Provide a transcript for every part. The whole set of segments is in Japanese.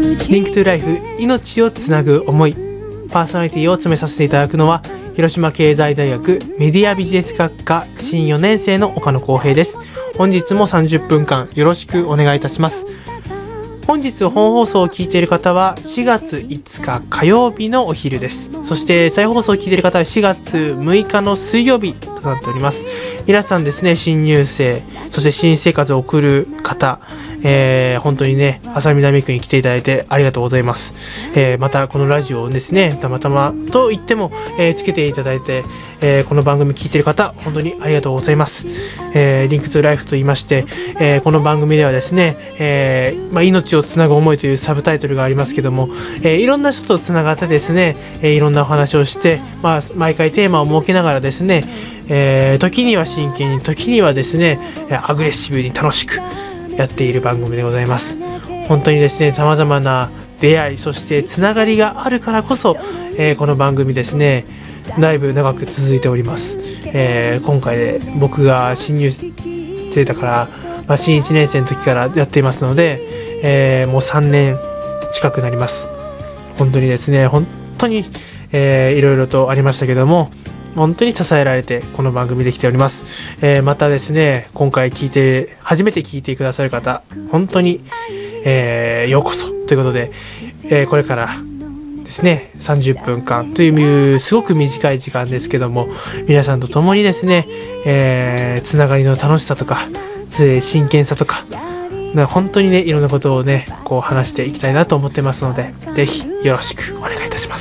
リンクトゥライフ、命をつなぐ思い。パーソナリティを務めさせていただくのは広島経済大学メディアビジネス学科新4年生の岡野光平です。本日も30分間よろしくお願いいたします。本日本放送を聞いている方は4月5日火曜日のお昼です。そして再放送を聞いている方は4月6日の水曜日となっております。皆さんですね、新入生、そして新生活を送る方、本当にね、浅見南区に来ていただいてありがとうございます。またこのラジオをですね、たまたまと言っても、つけていただいて、この番組聞いている方、本当にありがとうございます。リンクトゥライフと言いまして、この番組ではですね、命をつなぐ思いというサブタイトルがありますけども、いろんな人とつながってですね、いろんなお話をして、毎回テーマを設けながらですね、時には真剣に、時にはですね、アグレッシブに楽しくやっている番組でございます。本当にですね、様々な出会い、そしてつながりがあるからこそ、この番組ですね、だいぶ長く続いております。今回で僕が新入生だから、新1年生の時からやっていますので、もう3年近くなります。本当にですね、本当に、いろいろとありましたけども、本当に支えられてこの番組できております。またですね、今回初めて聞いてくださる方、本当に、ようこそということで、これからですね、30分間というすごく短い時間ですけども、皆さんと共にですね、つながりの楽しさとか、真剣さとか、本当にね、いろんなことをね、こう話していきたいなと思ってますので、ぜひよろしくお願いいたします。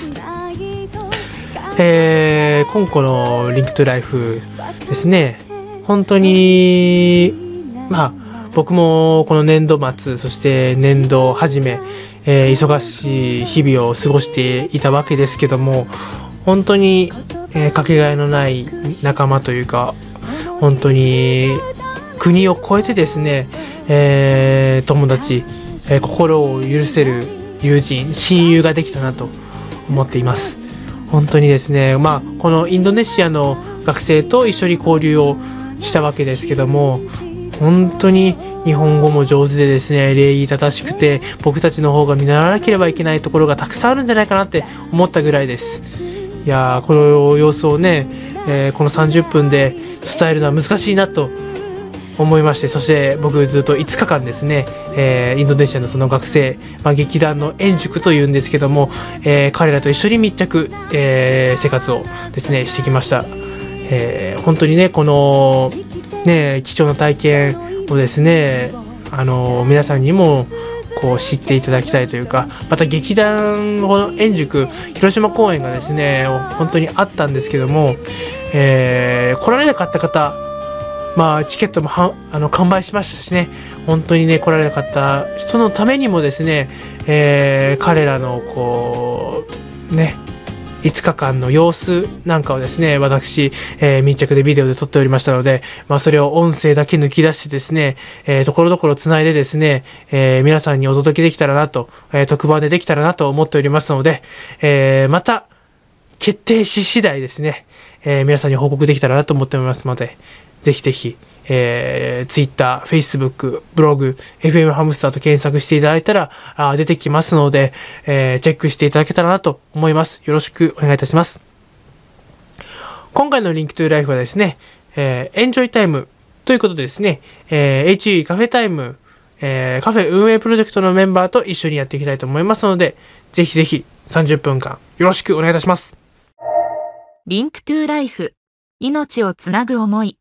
今個のリンクトゥライフですね、本当に僕もこの年度末、そして年度初め、忙しい日々を過ごしていたわけですけども、本当に、かけがえのない仲間というか、本当に国を越えてですね、友達、心を許せる友人、親友ができたなと思っています。本当にですね、このインドネシアの学生と一緒に交流をしたわけですけども、本当に日本語も上手でですね、礼儀正しくて、僕たちの方が見習わなければいけないところがたくさんあるんじゃないかなって思ったぐらいです。いやー、この様子をね、この30分で伝えるのは難しいなと思いまして、そして僕ずっと5日間ですね、インドネシアのその学生、劇団の円塾というんですけども、彼らと一緒に密着、生活をですねしてきました。本当にね、このね、貴重な体験をですね、皆さんにもこう知っていただきたいというか、また劇団の円塾広島公演がですね、本当にあったんですけども、来られなかった方、チケットも完売しましたしね、本当にね、来られなかった人のためにもですね、彼らのこうね、5日間の様子なんかをですね、私、密着でビデオで撮っておりましたので、それを音声だけ抜き出してですね、ところどころつないでですね、皆さんにお届けできたらなと、特番でできたらなと思っておりますので、また決定し次第ですね、皆さんに報告できたらなと思っておりますので、ぜひぜひ、Twitter、Facebook、ブログ、FM ハムスターと検索していただいたら出てきますので、チェックしていただけたらなと思います。よろしくお願いいたします。今回のリンクトゥライフはですね、エンジョイタイムということでですね、HE カフェタイム、カフェ運営プロジェクトのメンバーと一緒にやっていきたいと思いますので、ぜひぜひ30分間よろしくお願いいたします。 リンクトゥライフ、命をつなぐ思い。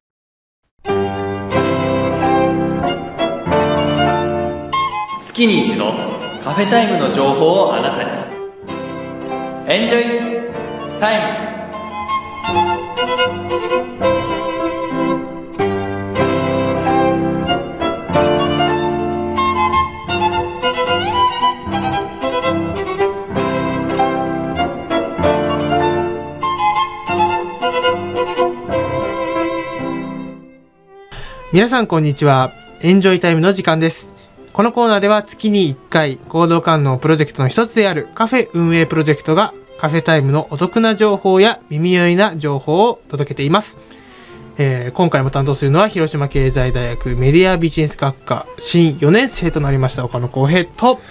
月に一度カフェタイムの情報をあなたに。エンジョイタイム。 皆さんこんにちは。エンジョイタイムの時間です。このコーナーでは月に1回行動官能プロジェクトの一つであるカフェ運営プロジェクトがカフェタイムのお得な情報や耳寄りな情報を届けています。今回も担当するのは広島経済大学メディアビジネス学科新4年生となりました岡野光平と、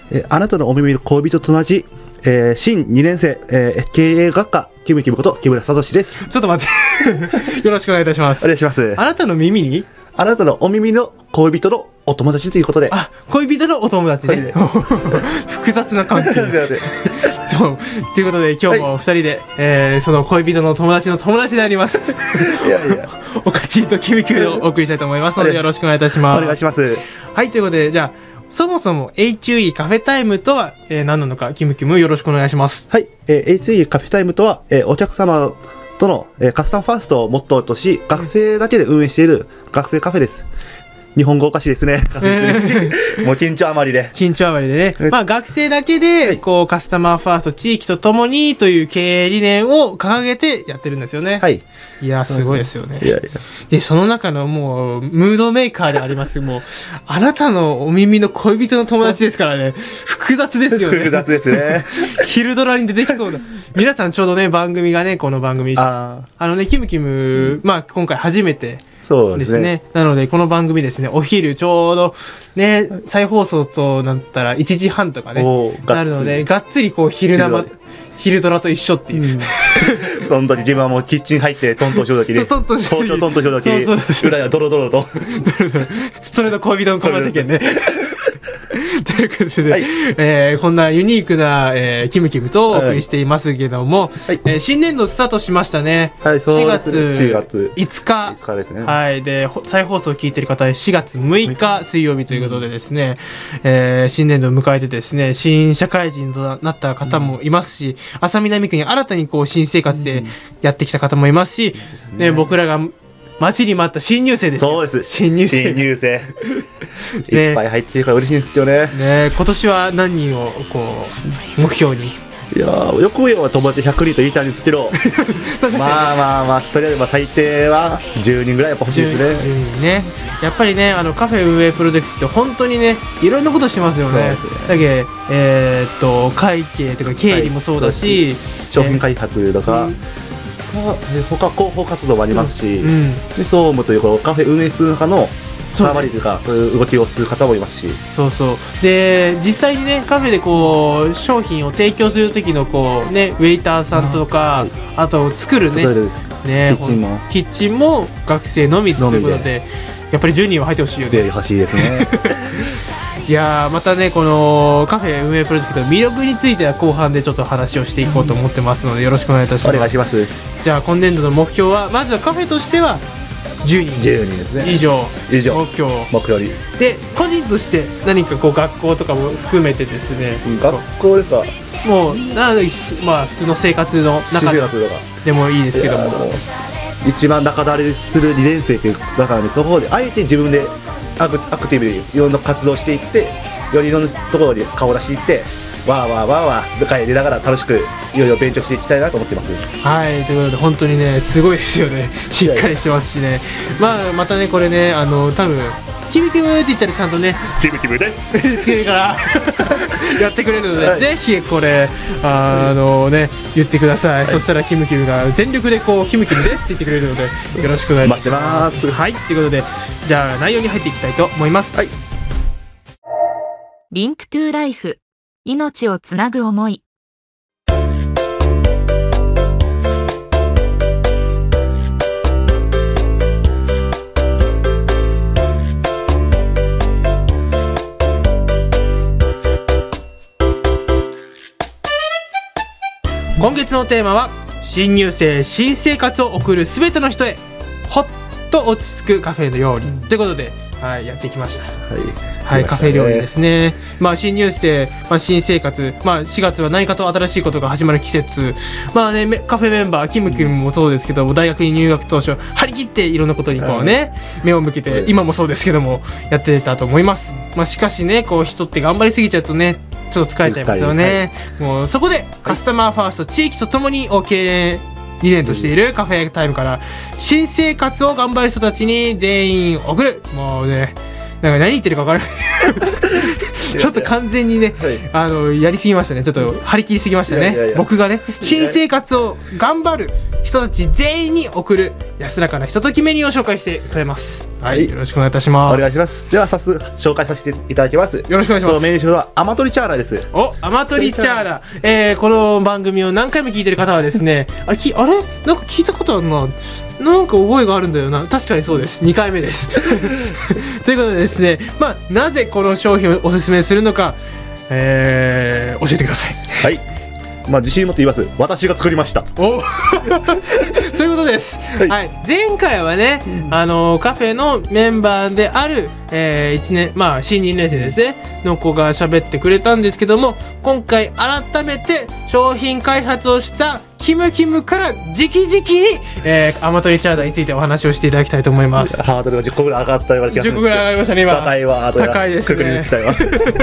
あなたのお耳の恋人と同じ、新2年生、経営学科キムキムこと木村聡です。 ちょっと待ってよろしくお願いいたします。 お願いします。 あなたの耳にあなたのお耳の恋人のお友達ということで。 あ、恋人のお友達ね。複雑な関係。ということで今日も2人で、その恋人の友達の友達でありますいやいやおかちんとキムキムでお送りしたいと思いますのでよろしくお願いいたします。 お願いします。 はい、ということでじゃあそもそも HUE カフェタイムとは、何なのかキムキムよろしくお願いします。 はい、HUE カフェタイムとは、お客様との、カスタムファーストをモットーとし、学生だけで運営している学生カフェです。日本語おかしいですね。もう緊張あまりで。 緊張あまりでね。まあ学生だけで、こうカスタマーファースト地域とともにという経営理念を掲げてやってるんですよね。 はい。 いや、すごいですよね。 いやいや。 で、その中のもう、ムードメーカーであります、もう、あなたのお耳の恋人の友達ですからね、複雑ですよね。 複雑ですね。 昼ドラに出てきそうな。皆さんちょうどね、番組がね、この番組、キムキム、まあ今回初めて、 そうですね。 なので、この番組ですね、お昼ちょうど、ね、再放送となったら1時半とかね、なるので、がっつりこう昼ドラと一緒っていう。 その時自分はもうキッチン入ってトントンしようときで、東京トントンしようとき、裏やドロドロと。 それの恋人の友達件ね。ということで、こんなユニークな、キムキムとお送りしていますけども、新年度スタートしましたね。 はい、そうですね。 4月5日。 5日ですね。 はい。で、再放送を聞いている方は4月6日水曜日ということでですね、新年度を迎えてですね、新社会人となった方もいますし、浅南区に新たにこう新生活でやってきた方もいますし、ね、僕らが待ちに待った新入生です。 そうです。 新入生。 いっぱい入ってるから嬉しいんですよね。 ね、今年は何人をこう目標に。 いやー、よく言えば友達100人と言いたいんですけど、まあそれよりも最低は10人ぐらいやっぱ欲しいですね。10 人ね。やっぱりね、カフェ運営プロジェクトって本当にね、いろんなことしてますよね。だけど、会計とか経理もそうだし、 商品開発とか、他広報活動もありますし、で総務というこカフェ運営する中のサーバリというか、そういう動きをする方もいますし、 そうそう。で、実際にね、カフェでこう商品を提供する時のこうね、ウェイターさんとか、あと作るね、キッチンも学生のみということで、やっぱり10人は入ってほしいよね。 欲しいですね。 いやー、またね、このカフェ運営プロジェクトの魅力については後半でちょっと話をしていこうと思ってますので、よろしくお願いいたします。 お願いします。 じゃあ今年度の目標は、まずはカフェとしては10人ですね。 以上目標に。 で、個人として何かこう学校とかも含めてですね、 学校ですか。 もうまあ普通の生活の中でもいいですけども、 一番仲だれする2年生というだからね、そこであえて自分でアクティブにいろんな活動していって、よりいろんなところに顔を出していって、わー部会入れながら楽しくいろいろ勉強していきたいなと思ってます。 はい、ということで本当にね、すごいですよね。しっかりしてますしね。またね、これね、多分キムキムって言ったらちゃんとね、 キムキムですってからやってくれるので、ぜひこれね、言ってください。そしたらキムキムが全力でこうキムキムですって言ってくれるので、よろしくお願いします。 待ってます。 はい、ということで、じゃあ内容に入っていきたいと思います。 はい。 リンクトゥライフ、命をつなぐ思い。 今月のテーマは、新入生新生活を送るすべての人へほっと落ち着くカフェの料理、ということで、はい、やってきました。はい、カフェ料理ですね。新入生、新生活、4月は何かと新しいことが始まる季節。カフェメンバーキムキムもそうですけども、大学に入学当初張り切っていろんなことにこうね、目を向けて、今もそうですけどもやってたと思います。しかしね、こう人って頑張りすぎちゃうとね、ちょっと疲れちゃいますよね。もうそこでカスタマーファースト、地域とともに経営理念としているカフェタイムから、新生活を頑張る人たちに全員送る。もうね、何言ってるか分からないちょっと完全にね、やりすぎましたね。ちょっと張り切りすぎましたね。僕がね、新生活を頑張る人人たち全員に送る安らかなひとときメニューを紹介してくれます。はい、 はいよろしくお願いいたします。 お願いします。では早速紹介させていただきます。よろしくお願いします。 そのメニューはアマトリチャーナです。 お、アマトリチャーナ。この番組を何回も聞いてる方はですね、あれなんか聞いたことあるな。なんか覚えがあるんだよな。確かにそうです。2回目です。ということでですね、なぜこの商品をおすすめするのか、教えてください。 はい。自信持って言います。私が作りました。 おそういうことです。はい。前回はね、カフェのメンバーである、1年、新2年生ですね、の子が喋ってくれたんですけども、今回改めて商品開発をしたキムキムから直々に、アマトリチャーナについてお話をしていただきたいと思います。 ハードルが10個ぐらい上がったような気がする。 10個ぐらい上がりましたね、今。 高いわ、 高いですね。はい。という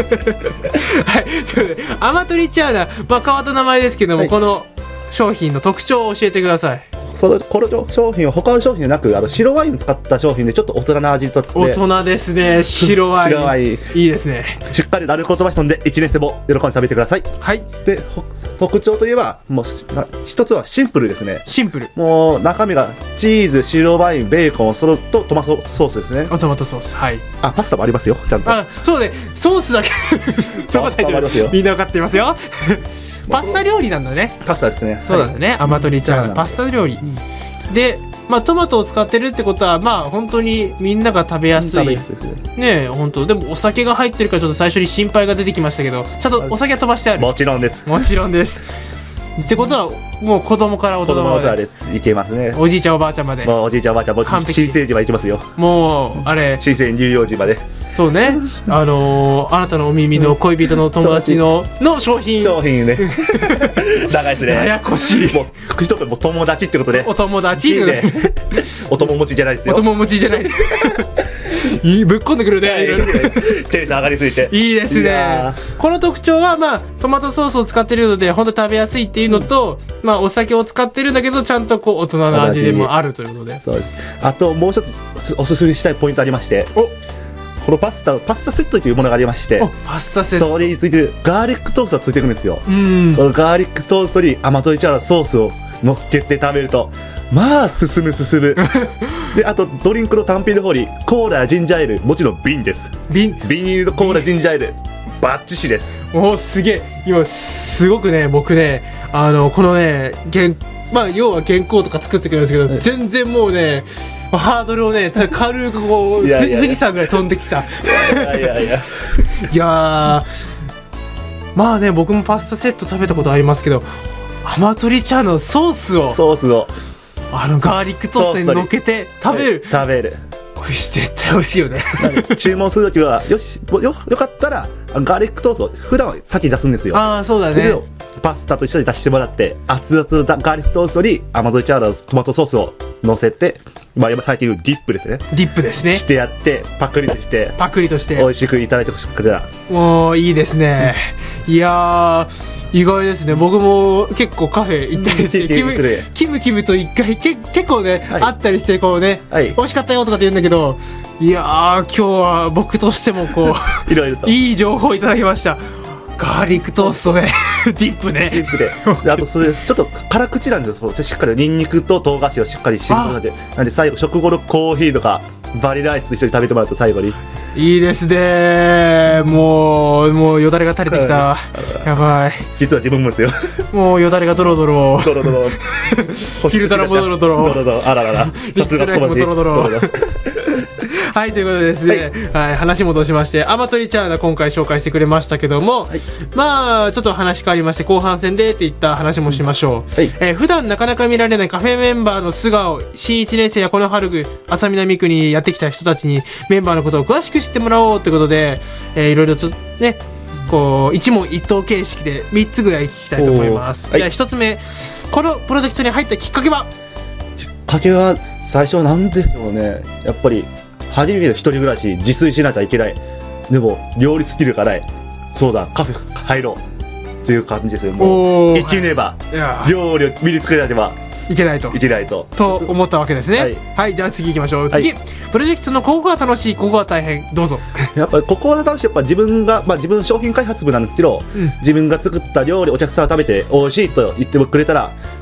ことで、アマトリチャーナ、変わった名前ですけども、この商品の特徴を教えてください。 この商品は他の商品でなく白ワインを使った商品でちょっと大人な味とって大人ですね。白ワイン白ワインいいですね。 しっかりアルコール飛ばし飛んで1年生も喜んで食べてください。 はい。 で特徴といえばもう一つはシンプルですね。 シンプル。 もう中身がチーズ、白ワイン、ベーコンそれとトマトソースですね。 トマトソース。はい。 パスタもありますよちゃんと。 そうね、ソースだけそう大丈夫。みんな分かっていますよ。パスタ料理なんだね。 パスタですね。 そうなんだね。アマトリチャーナパスタ料理。で、トマトを使ってるってことは本当にみんなが食べやすいですね。本当でもお酒が入ってるからちょっと最初に心配が出てきましたけど、ちゃんとお酒は飛ばしてある。 もちろんです。 もちろんです。ってことはもう子供から大人までいけますね。 おじいちゃんおばあちゃんまで。 おじいちゃんおばあちゃんも新生児までいけますよ。もう新生乳幼児まで。そうね。 あなたのお耳の恋人の友達の商品ね。長いですね。 ややこしい。 もう一つも友達ってことで。 お友達ね。お友持ちじゃないですよ。 お友持ちじゃない。ぶっこんでくるね。 テンション上がりすぎて。 いいですね。この特徴はトマトソースを使ってるので本当食べやすいっていうのと、お酒を使ってるんだけどちゃんと大人の味でもあるということで。 そうです。あともう一つおすすめしたいポイントありまして。このパスタセットというものがありまして、 パスタセット、 それについてるガーリックトーストがついてくるんですよ。このガーリックトーストにアマトリチャーナソースを乗っけて食べると進むで、あとドリンクの単品の方にコーラやジンジャーエール、もちろん瓶です。瓶入りのコーラジンジャーエールバッチシです。 すげえ。今すごくね、僕ね、このね要は原稿とか作ってくれるんですけど、全然もうねハードルをね軽く富士山ぐらい飛んできた。いやね、僕もパスタセット食べたことありますけど、アマトリチャーナのソースをガーリックトーストに乗っけて食べる。絶対美味しいよね。 注文するときはよかったらガーリックトーストを普段は先に出すんですよ。 そうだね。 パスタと一緒に出してもらって熱々のガーリックトーストにアマトリチャーナのトマトソースを乗せて、今最近言うディップですね。してやってパクリとして美味しくいただいてほしくて。 もういいですね。いや意外ですね。僕も結構カフェ行ったりしてキムと一回結構ね、会ったりして美味しかったよとかって言うんだけど、いや今日は僕としてもいろいろといい情報いただきました。ガーリックトーストね。ディップであとそれちょっと辛口なんですよ。しっかりニンニクと唐辛子をしっかり染み込んで、なんで最後食後のコーヒーとかバニラアイスと一緒に食べてもらうと最後にいいですね。もうよだれが垂れてきた。やばい。 実は自分もですよ。 もうよだれがドロドロ。昼ドラもドロドロ。 あららら。 リッツライフもドロドロ。はい、ということでですね、話戻しまして、アマトリチャーナ今回紹介してくれましたけども、ちょっと話変わりまして後半戦でっていった話もしましょう。普段なかなか見られないカフェメンバーの素顔、新1年生やこの春浅南区にやってきた人たちにメンバーのことを詳しく知ってもらおうということで、いろいろとね一問一答形式で3つぐらい聞きたいと思います。じゃあ1つ目、このプロジェクトに入ったきっかけは最初なんでしょうね。やっぱり初めての一人暮らし、自炊しないといけない。でも料理スキルがない。そうだ、カフェ入ろうという感じですよ。もう生きねば料理を身につけなければいけないと思ったわけですね。はい、じゃあ次行きましょう。次、プロジェクトのここが楽しい、ここが大変、どうぞ。やっぱりここが楽しい。やっぱ自分商品開発部なんですけど、自分が作った料理お客さんが食べて美味しいと言ってくれたら、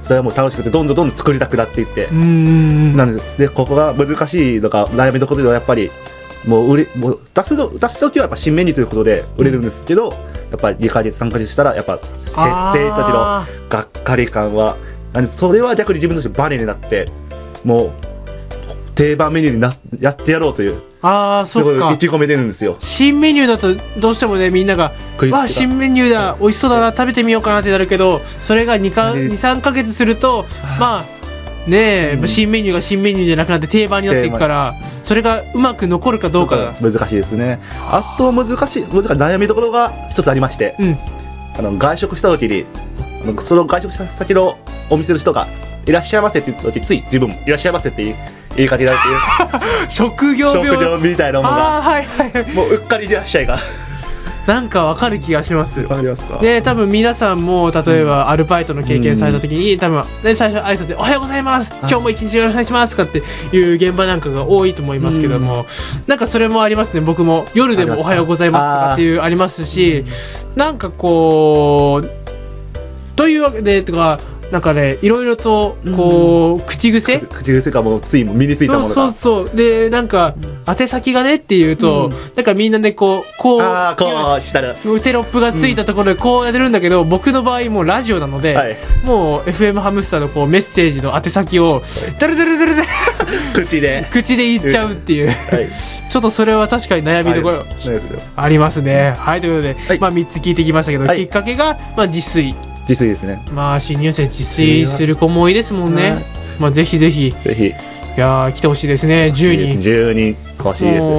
それはもう楽しくてどんどん作りたくなっていって、 うんなんでここが難しいのか悩みどころではやっぱりもう出す時はやっぱ新メニューということで売れるんですけど、やっぱり2ヶ月3ヶ月したらやっぱ減っていった時のがっかり感は、なんでそれは逆に自分としてバネになってもう定番メニューにやってやろうというそっか意気込めてるんですよ。 新メニューだとどうしてもねみんながわあ新メニューだ美味しそうだな食べてみようかなってなるけど、それが23ヶ月するとまあねえ、新メニューが新メニューじゃなくなって定番になっていくから、それがうまく残るかどうかが難しいですね。あと難しい悩みどころが一つありまして、外食した時にその外食した先のお店の人がいらっしゃいませって言った時つい自分もいらっしゃいませって言いかけられて職業病みたいなものが、もううっかりいらっしゃいがなんかわかる気がします。 わかりますか？ で多分皆さんも例えばアルバイトの経験された時に、多分ね最初挨拶でおはようございます、今日も一日よろしくお願いしますとかっていう現場なんかが多いと思いますけども、なんかそれもありますね。僕も夜でもおはようございますとかっていうありますし、なんかこうというわけでとかなんかねいろいろとこう、口癖がもうつい身についたものがそうでなんか宛先がねっていうと、なんかみんなねこうしたらテロップがついたところでこうやってるんだけど、僕の場合もうラジオなので、もう FM ハムスターのこうメッセージの宛先をダルダルダルダル口で言っちゃうっていう、ちょっとそれは確かに悩みどころありますね。はい、ということで、3つ聞いてきましたけど、きっかけが自炊ですね。 新入生自炊する子も多いですもんね。ぜひぜひいや来てほしいですね。10人欲しいです。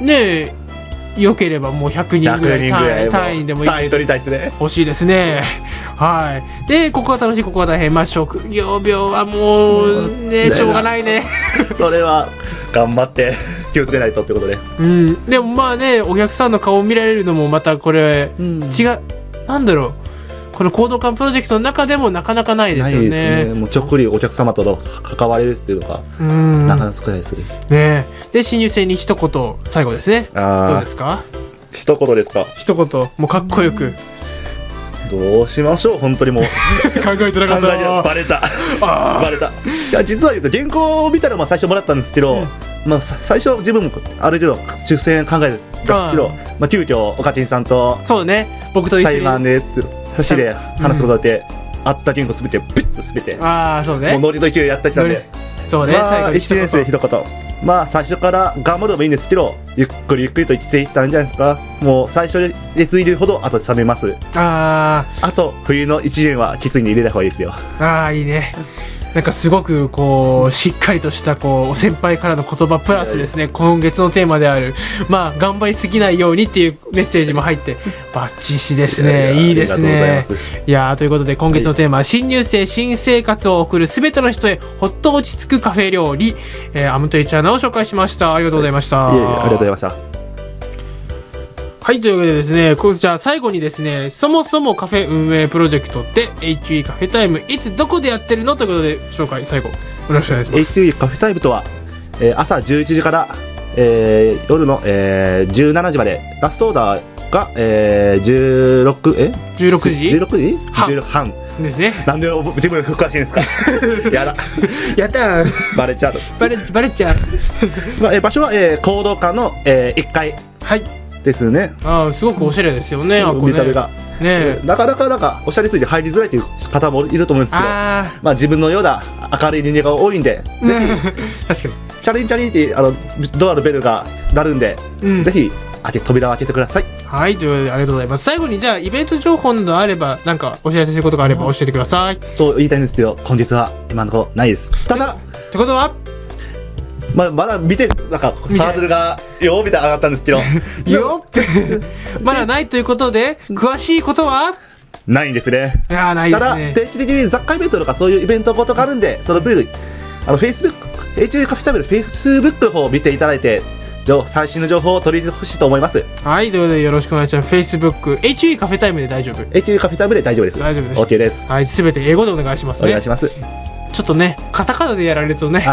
ねよければもう100人ぐらい単位でもいい単位取りたいですね。 欲しいですね。はい。でここは楽しいここは大変。職業病はもうねしょうがないね。 それは頑張って気をつけないとってことで。 でもお客さんの顔を見られるのもまたこれなんだろう、この行動館プロジェクトの中でもなかなかないですよね。ないですね。 もう直にお客様との関われるっていうのがなかなか少ないですね。で新入生に一言最後ですね。どうですか？ 一言ですか？ 一言もうかっこよく。 どうしましょう。本当にもう考えてなかった。 バレた。いや実は言うと原稿を見たら最初もらったんですけど、最初自分もある程度出演考えるんですけど、急遽おかちんさんとそうね僕と一緒に対マンで差しで話すことで、あった原稿すべてピッとすべてそうね、 もうノリと勢いやってきたんで、 そうね、 1年生一言最初から頑張ればいいんですけど、ゆっくりゆっくりと言っていったんじゃないですか。もう最初で熱入れるほど後で冷めます。あと冬の1年はきついに入れた方がいいですよ。 いいね。なんかすごくこうしっかりとしたこう先輩からの言葉プラスですね、今月のテーマである頑張りすぎないようにっていうメッセージも入ってバッチシですね。いいですね。いやということで今月のテーマは、新入生新生活を送るすべての人へほっと落ち着くカフェ料理、アムトイチャーナを紹介しました。ありがとうございました。 ありがとうございました。 はい、というわけでですね、じゃあ最後にですね、そもそもカフェ運営プロジェクトって HE カフェタイムいつどこでやってるのということで紹介最後よろしくお願いします。 HE カフェタイムとは、朝11時から、夜の、17時まで、ラストオーダーが、16時半ですね。 なんで自分詳しいんですか？やだやったーバレちゃうバレちゃう場所は、行動館の、1階ですね。 すごくおしゃれですよね。 見た目がなかなかおしゃれすぎて入りづらいという方もいると思うんですけど、自分のような明るい人間が多いんで、ぜひ確かにチャリンチャリンってドアのベルが鳴るんで、ぜひ扉を開けてください。 はい、ということでありがとうございます。最後にじゃあイベント情報などあればなんかお知らせすることがあれば教えてください。 と言いたいんですけど、本日は今のところないです。ただってことはまだ見てなんかハードルがよーみたいな上がったんですけどよってまだないということで、詳しいことはないんですね。 ないですね。 ただ定期的に雑貨イベントとかそういうイベントことがあるんで、その随分Facebook HE カフェタイムの Facebook の方を見ていただいて最新の情報を取り入れてほしいと思います。 はい、ということでよろしくお願いします。 Facebook HE カフェタイムで大丈夫。 HE カフェタイムで大丈夫です。 大丈夫です。 OK です。 はい、すべて英語でお願いしますね。 お願いします。 ちょっとねカタカナでやられるとね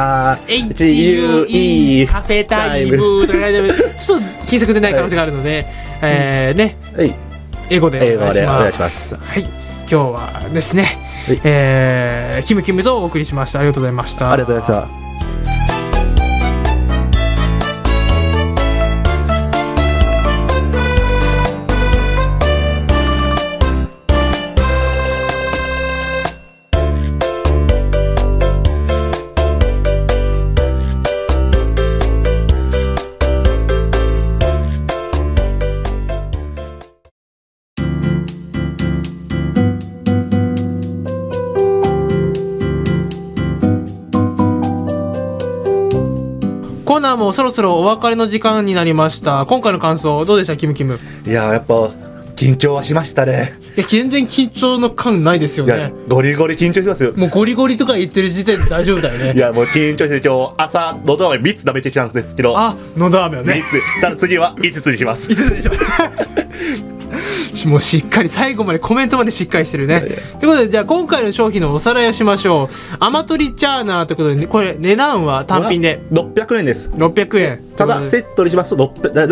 HE カフェタイムとかちょっと検索でない可能性があるので、英語でお願いします。はい、今日はですねキムキムとお送りしました。ありがとうございました。 ありがとうございました。 コーナーもそろそろお別れの時間になりました。今回の感想どうでした、キムキム？ いややっぱ緊張はしましたね。 いや全然緊張の感ないですよいやね。 ゴリゴリ緊張してますよ。 もうゴリゴリとか言ってる時点で大丈夫だよね。 いやもう緊張して今日朝のど飴3つ食べてきたんですけど、 あ、のど飴をね、 3つ、ただ次は5つにします。 5つにしますもうしっかり最後までコメントまでしっかりしてるね。ということでじゃあ今回の商品のおさらいをしましょう。アマトリチャーナーということで、これ値段は単品で 600円です。 600円。 ただセットにしますと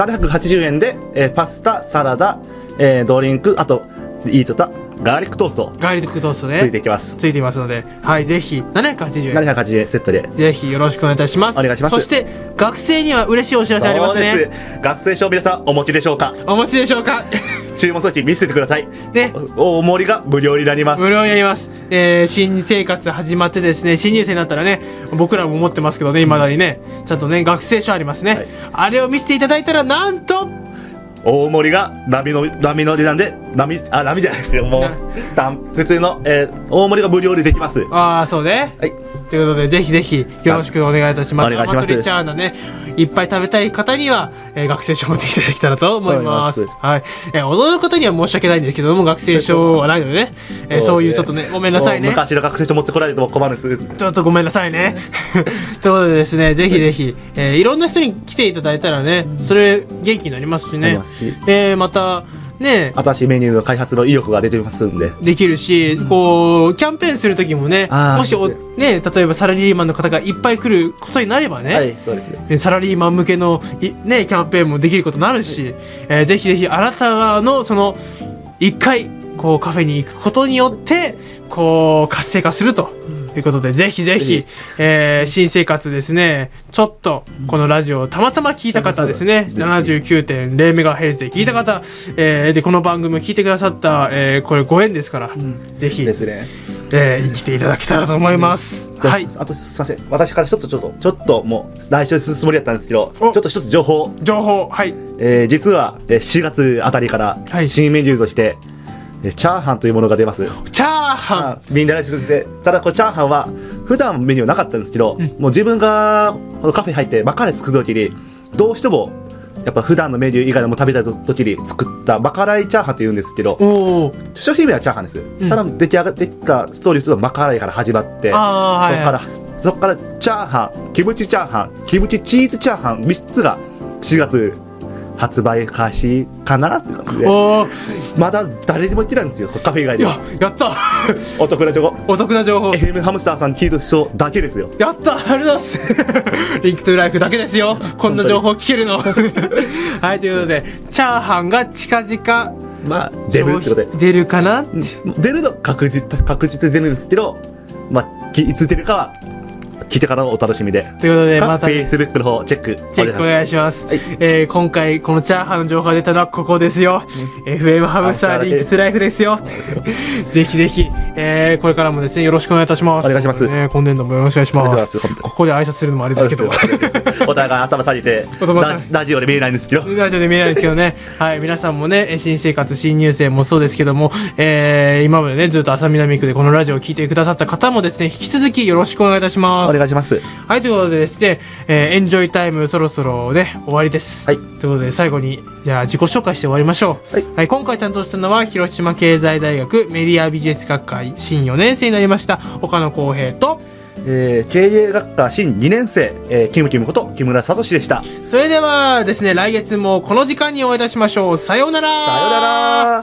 780円で、パスタ、サラダ、ドリンク、あとイートたガーリックトースト、 ガーリックトーストね、 ついていきます。 ついていますので、はい、ぜひ780円 780円セットでぜひよろしくお願いいたします。 お願いします。 そして学生には嬉しいお知らせありますね。 そうです。学生証皆さんお持ちでしょうか？ お持ちでしょうか？ 注文先見せてくださいね。 大盛りが無料になります。 無料になります。新生活始まってですね、新入生になったらね、僕らも持ってますけどね、未だにね、ちゃんとね学生証ありますね、はい、あれを見せていただいたらなんと大盛りが波の値段で波じゃないですよ、もう普通の、大盛りが無料でできます。 ああそうね、はい、ということでぜひぜひよろしくお願いいたします。 お願いします。 アマトリチャーナね、いっぱい食べたい方には、学生証を持ってきていただけたらと思います。はい、踊る方には申し訳ないんですけども、学生証はないのでね、そういうちょっとね、ごめんなさいね。 昔の学生証持ってこられても困るんです。 ちょっとごめんなさいね。ということでですね、ぜひぜひ、いろんな人に来ていただいたらね、それ元気になりますしね。またね、 新しいメニューの開発の意欲が出てますんでできるし、こうキャンペーンする時もね、もしね、例えばサラリーマンの方がいっぱい来ることになればね、 はい、そうですよ。 サラリーマン向けのねキャンペーンもできることになるし、ぜひぜひあなたのその一回こうカフェに行くことによってこう活性化するということで、ぜひぜひ、新生活ですね、ちょっとこのラジオをたまたま聞いた方ですね、79.0 メガヘルツで聞いた方、でこの番組を聞いてくださった、これご縁ですから、ぜひですね、 生きていただけたらと思います。はい。 あとすいません、私から一つちょっともう来週するつもりだったんですけど、ちょっと一つ情報、 はい。 実は4月あたりから新メニューとして、チャーハンというものが出ます。 チャーハン、 みんな大好きで、ただこれチャーハンは普段メニューなかったんですけど、もう自分がこのカフェ入ってバカライ作る時にどうしてもやっぱ普段のメニュー以外でも食べた時に作ったバカライチャーハンというんですけど、商品名はチャーハンです、ただ出来上がってきたストーリーとバカライから始まって、そこからチャーハン、キムチチャーハン、キムチチーズチャーハン3つが4月発売開始かなって感じで、まだ誰にも言ってないんですよ、カフェ以外では。 やったお得な情報、FM ハムスターさん聞いた人だけですよ。 やった、ありがとうございますリンクトゥライフだけですよ、こんな情報聞けるのはい、ということでチャーハンが近々 まあ出るってことで、 出るかな、 出るの確実出るんですけど、まあいつ出るかは聞いてからのお楽しみで。 ということで、また Facebook の方チェックお願いします。はい、今回このチャーハンの情報が出たのはここですよ。FM ハムスターリンクトゥライフですよ。ぜひぜひ、これからもですねよろしくお願いいたします。 お願いします。 今年度もよろしくお願いします。ここで挨拶するのもあれですけど、 お互い頭下げてラジオで見えないんですけど、 ラジオで見えないんですけどね。はい、皆さんもね、新生活新入生もそうですけども、今までねずっと浅南区でこのラジオを聞いてくださった方もですね、引き続きよろしくお願いいたします。 お願いします。 はい、ということでですね、エンジョイタイムそろそろね終わりです。はい、ということで最後にじゃあ自己紹介して終わりましょう。はい、はい、今回担当したのは広島経済大学メディアビジネス学科新4年生になりました岡野浩平と、 経営学科新2年生、キムキムこと木村聡でした。 それではですね、来月もこの時間にお会いいたしましょう。さようなら。 さようなら。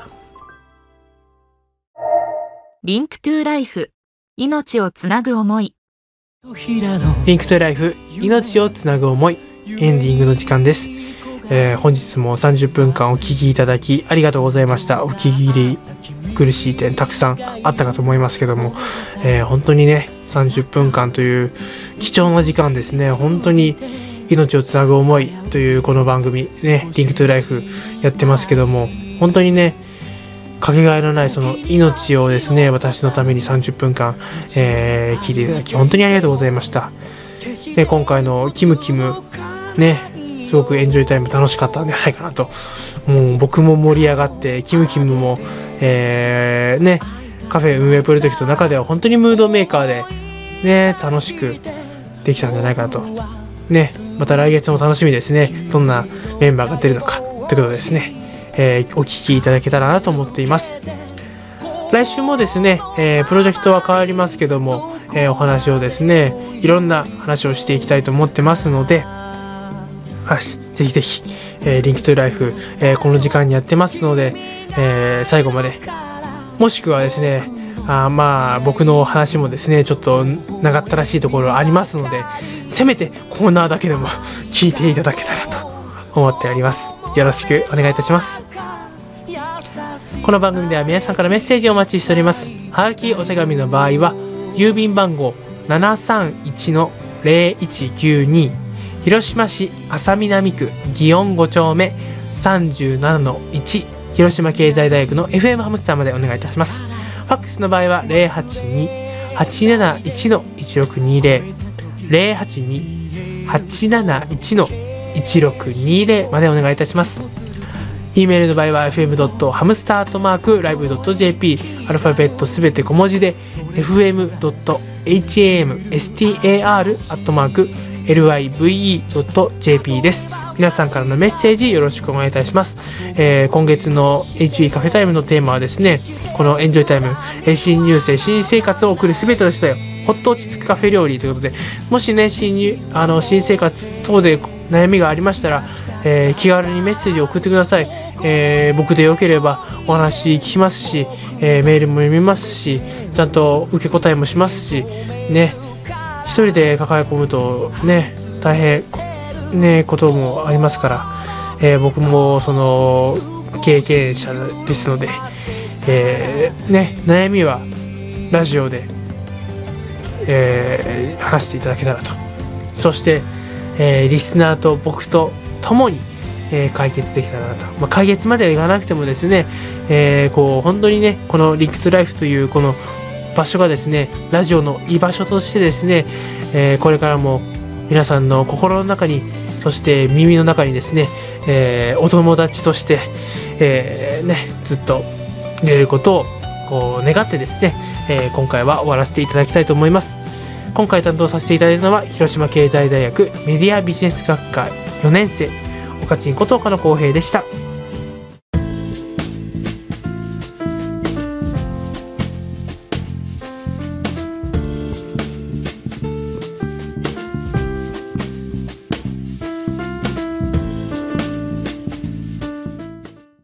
リンクトゥライフ、命をつなぐ思い。 リンクトゥライフ、命をつなぐ思い、エンディングの時間です。本日も30分間お聞きいただきありがとうございました。お聞き入り苦しい点たくさんあったかと思いますけども、本当にね30分間という貴重な時間ですね。本当に命をつなぐ思いというこの番組ね、リンクトゥライフやってますけども、本当にねかけがえのないその命をですね、私のために30分間、聞いていただき本当にありがとうございました。で、今回のキムキムね、すごくエンジョイタイム楽しかったんじゃないかなと。もう僕も盛り上がって、キムキムも、ね、カフェ運営プロジェクトの中では本当にムードメーカーでね、楽しくできたんじゃないかなと。ね、また来月も楽しみですね。どんなメンバーが出るのかということですね。お聞きいただけたらなと思っています。来週もですね、プロジェクトは変わりますけども、お話をですね、いろんな話をしていきたいと思ってますので、ぜひぜひ、リンクトゥライフ、この時間にやってますので、最後まで、もしくはですね、僕の話もですねちょっと長ったらしいところありますので、せめてコーナーだけでも聞いていただけたらと思っております。よろしくお願いいたします。この番組では皆さんからメッセージをお待ちしております。はがきお手紙の場合は郵便番号 731-0192 広島市安佐南区祇園5丁目 37-1 広島経済大学の FM ハムスターまでお願いいたします。ファックスの場合は 082-871-1620 082-871-1620 までお願いいたします。E メールの場合は fm.hamstar@live.jp アルファベットすべて小文字で fm.hamstar@live.jp です。皆さんからのメッセージよろしくお願いいたします。今月の HE カフェタイムのテーマはですね、このエンジョイタイム、新入生新生活を送るすべての人へほっと落ち着くカフェ料理ということで、もしね新生活等で悩みがありましたら、気軽にメッセージを送ってください。僕でよければお話聞きますし、メールも読みますし、ちゃんと受け答えもしますしね、一人で抱え込むとね大変ねこともありますから、僕もその経験者ですので、悩みはラジオで、話していただけたらと。そして、リスナーと僕と共に解決できたらなと、解決まではいかなくてもですね、本当にねこのリンクトゥライフというこの場所がですねラジオの居場所としてですね、これからも皆さんの心の中に、そして耳の中にですね、お友達として、ずっと入れることを願ってですね、今回は終わらせていただきたいと思います。今回担当させていただいたのは広島経済大学メディアビジネス学科4年生岡ちんこと岡野光平でした。